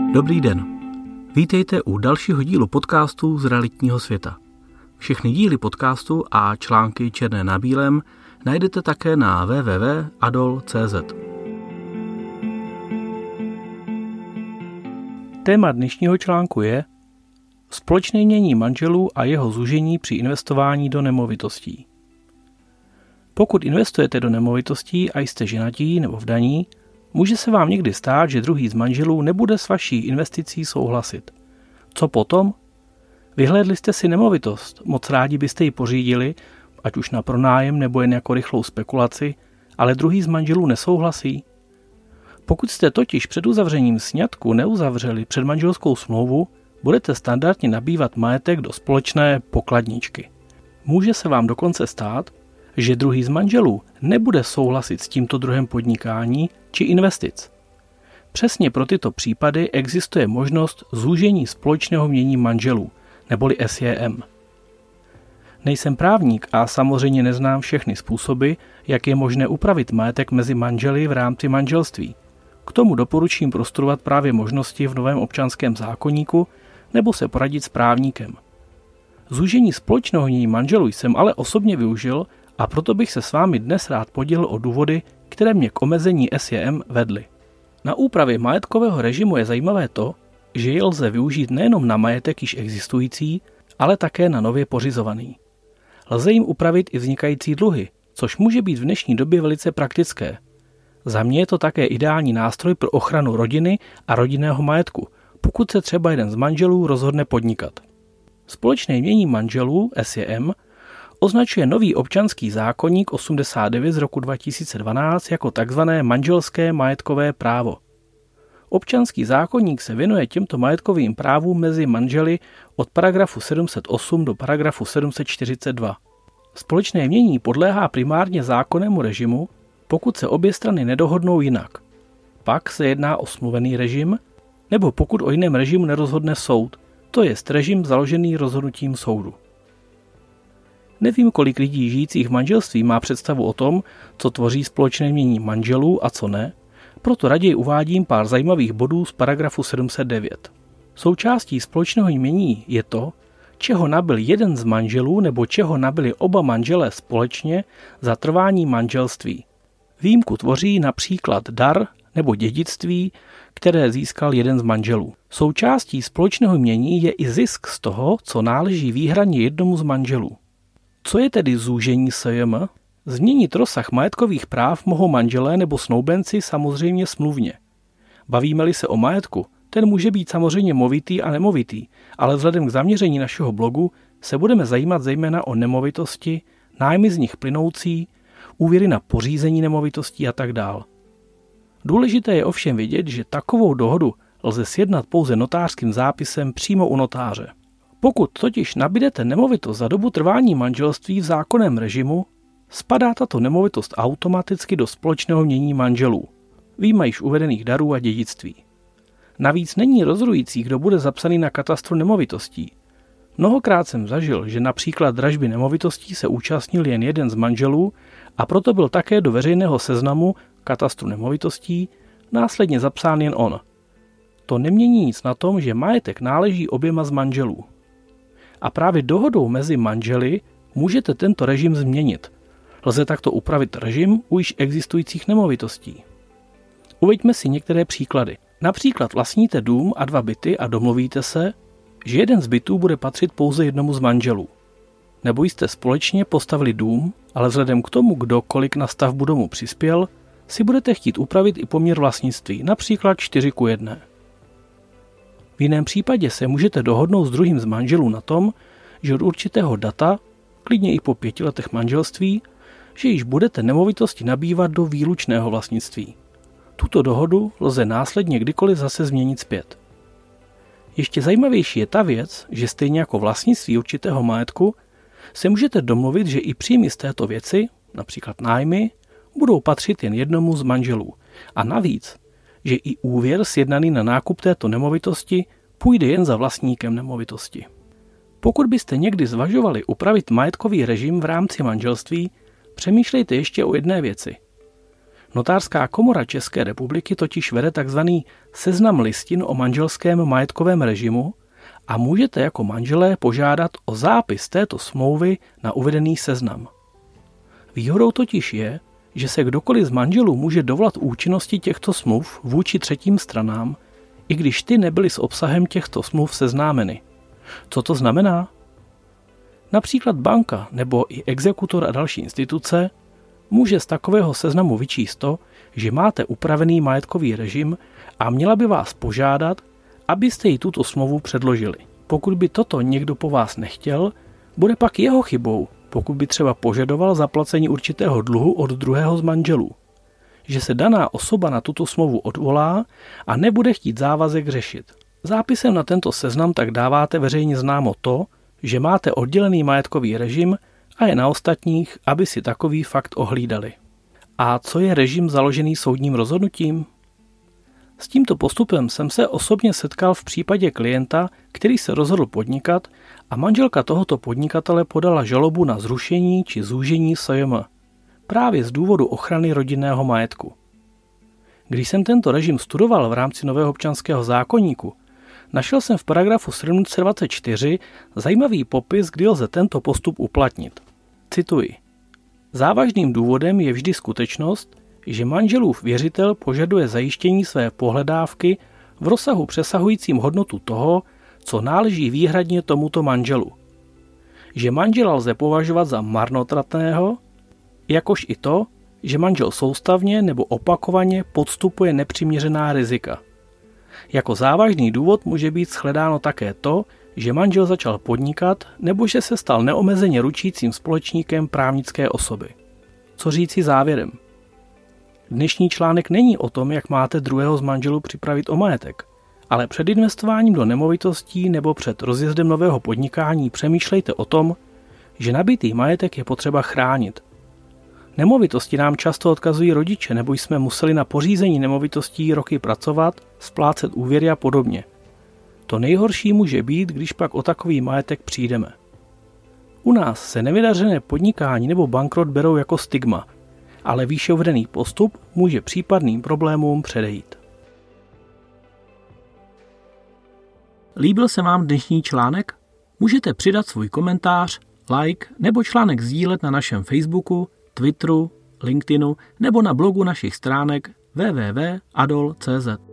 Dobrý den. Vítejte u dalšího dílu podcastu z realitního světa. Všechny díly podcastu a články černé na bílém najdete také na www.adol.cz. Téma dnešního článku je společné jmění manželů a jeho zúžení při investování do nemovitostí. Pokud investujete do nemovitostí a jste ženatí nebo vdaní, může se vám někdy stát, že druhý z manželů nebude s vaší investicí souhlasit. Co potom? Vyhlédli jste si nemovitost, moc rádi byste ji pořídili, ať už na pronájem nebo jen jako rychlou spekulaci, ale druhý z manželů nesouhlasí. Pokud jste totiž před uzavřením sňatku neuzavřeli předmanželskou smlouvu, budete standardně nabývat majetek do společné pokladničky. Může se vám dokonce stát, že druhý z manželů nebude souhlasit s tímto druhem podnikání či investic. Přesně pro tyto případy existuje možnost zúžení společného jmění manželů, neboli SJM. Nejsem právník a samozřejmě neznám všechny způsoby, jak je možné upravit majetek mezi manželi v rámci manželství. K tomu doporučím prostudovat právě možnosti v novém občanském zákoníku nebo se poradit s právníkem. Zúžení společného jmění manželů jsem ale osobně využil a proto bych se s vámi dnes rád podělil o důvody, které mě k omezení SJM vedly. Na úpravě majetkového režimu je zajímavé to, že ji lze využít nejenom na majetek již existující, ale také na nově pořizovaný. Lze jim upravit i vznikající dluhy, což může být v dnešní době velice praktické. Za mě je to také ideální nástroj pro ochranu rodiny a rodinného majetku, pokud se třeba jeden z manželů rozhodne podnikat. Společné jmění manželů SJM označuje nový občanský zákoník 89 z roku 2012 jako tzv. Manželské majetkové právo. Občanský zákoník se věnuje těmto majetkovým právům mezi manželi od paragrafu 708 do paragrafu 742. Společné jmění podléhá primárně zákonnému režimu, pokud se obě strany nedohodnou jinak. Pak se jedná o smluvený režim, nebo pokud o jiném režimu nerozhodne soud, to jest režim založený rozhodnutím soudu. Nevím, kolik lidí žijících v manželství má představu o tom, co tvoří společné jmění manželů a co ne, proto raději uvádím pár zajímavých bodů z paragrafu 709. Součástí společného jmění je to, čeho nabyl jeden z manželů nebo čeho nabyli oba manželé společně za trvání manželství. Výjimku tvoří například dar nebo dědictví, které získal jeden z manželů. Součástí společného jmění je i zisk z toho, co náleží výhradně jednomu z manželů. Co je tedy zúžení SJM? Změnit rozsah majetkových práv mohou manželé nebo snoubenci samozřejmě smluvně. Bavíme-li se o majetku, ten může být samozřejmě movitý a nemovitý, ale vzhledem k zaměření našeho blogu se budeme zajímat zejména o nemovitosti, nájmy z nich plynoucí, úvěry na pořízení nemovitostí a tak dál. Důležité je ovšem vidět, že takovou dohodu lze sjednat pouze notářským zápisem přímo u notáře. Pokud totiž nabídete nemovitost za dobu trvání manželství v zákonném režimu, spadá tato nemovitost automaticky do společného jmění manželů, vyjma již uvedených darů a dědictví. Navíc není rozhodující, kdo bude zapsaný na katastru nemovitostí. Mnohokrát jsem zažil, že například dražby nemovitostí se účastnil jen jeden z manželů a proto byl také do veřejného seznamu katastru nemovitostí následně zapsán jen on. To nemění nic na tom, že majetek náleží oběma z manželů. A právě dohodou mezi manželi můžete tento režim změnit. Lze takto upravit režim u již existujících nemovitostí. Uveďme si některé příklady. Například vlastníte dům a 2 byty a domluvíte se, že jeden z bytů bude patřit pouze jednomu z manželů. Nebo jste společně postavili dům, ale vzhledem k tomu, kdo kolik na stavbu domu přispěl, si budete chtít upravit i poměr vlastnictví, například 4:1. V jiném případě se můžete dohodnout s druhým z manželů na tom, že od určitého data, klidně i po 5 letech manželství, že již budete nemovitosti nabývat do výlučného vlastnictví. Tuto dohodu lze následně kdykoliv zase změnit zpět. Ještě zajímavější je ta věc, že stejně jako vlastnictví určitého majetku se můžete domluvit, že i příjmy z této věci, například nájmy, budou patřit jen jednomu z manželů. A navíc, že i úvěr sjednaný na nákup této nemovitosti půjde jen za vlastníkem nemovitosti. Pokud byste někdy zvažovali upravit majetkový režim v rámci manželství, přemýšlejte ještě o jedné věci. Notářská komora České republiky totiž vede tzv. Seznam listin o manželském majetkovém režimu a můžete jako manželé požádat o zápis této smlouvy na uvedený seznam. Výhodou totiž je, že se kdokoliv z manželů může dovolat účinnosti těchto smluv vůči třetím stranám, i když ty nebyly s obsahem těchto smluv seznámeny. Co to znamená? Například banka nebo i exekutor a další instituce může z takového seznamu vyčíst to, že máte upravený majetkový režim a měla by vás požádat, abyste jí tuto smlouvu předložili. Pokud by toto někdo po vás nechtěl, bude pak jeho chybou, pokud by třeba požadoval zaplacení určitého dluhu od druhého z manželů, že se daná osoba na tuto smlouvu odvolá a nebude chtít závazek řešit. Zápisem na tento seznam tak dáváte veřejně známo to, že máte oddělený majetkový režim a je na ostatních, aby si takový fakt ohlídali. A co je režim založený soudním rozhodnutím? S tímto postupem jsem se osobně setkal v případě klienta, který se rozhodl podnikat a manželka tohoto podnikatele podala žalobu na zrušení či zúžení SJM, právě z důvodu ochrany rodinného majetku. Když jsem tento režim studoval v rámci nového občanského zákoníku, našel jsem v paragrafu 724 zajímavý popis, kdy lze tento postup uplatnit. Cituji. Závažným důvodem je vždy skutečnost, že manželův věřitel požaduje zajištění své pohledávky v rozsahu přesahujícím hodnotu toho, co náleží výhradně tomuto manželu. Že manžela lze považovat za marnotratného, jakož i to, že manžel soustavně nebo opakovaně podstupuje nepřiměřená rizika. Jako závažný důvod může být shledáno také to, že manžel začal podnikat nebo že se stal neomezeně ručícím společníkem právnické osoby. Co říci závěrem? Dnešní článek není o tom, jak máte druhého z manželů připravit o majetek, ale před investováním do nemovitostí nebo před rozjezdem nového podnikání přemýšlejte o tom, že nabitý majetek je potřeba chránit. Nemovitosti nám často odkazují rodiče, nebo jsme museli na pořízení nemovitostí roky pracovat, splácet úvěry a podobně. To nejhorší může být, když pak o takový majetek přijdeme. U nás se nevydařené podnikání nebo bankrot berou jako stigma, ale výše uvedený postup může případným problémům předejít. Líbil se vám dnešní článek? Můžete přidat svůj komentář, like nebo článek sdílet na našem Facebooku, Twitteru, LinkedInu nebo na blogu našich stránek www.adol.cz.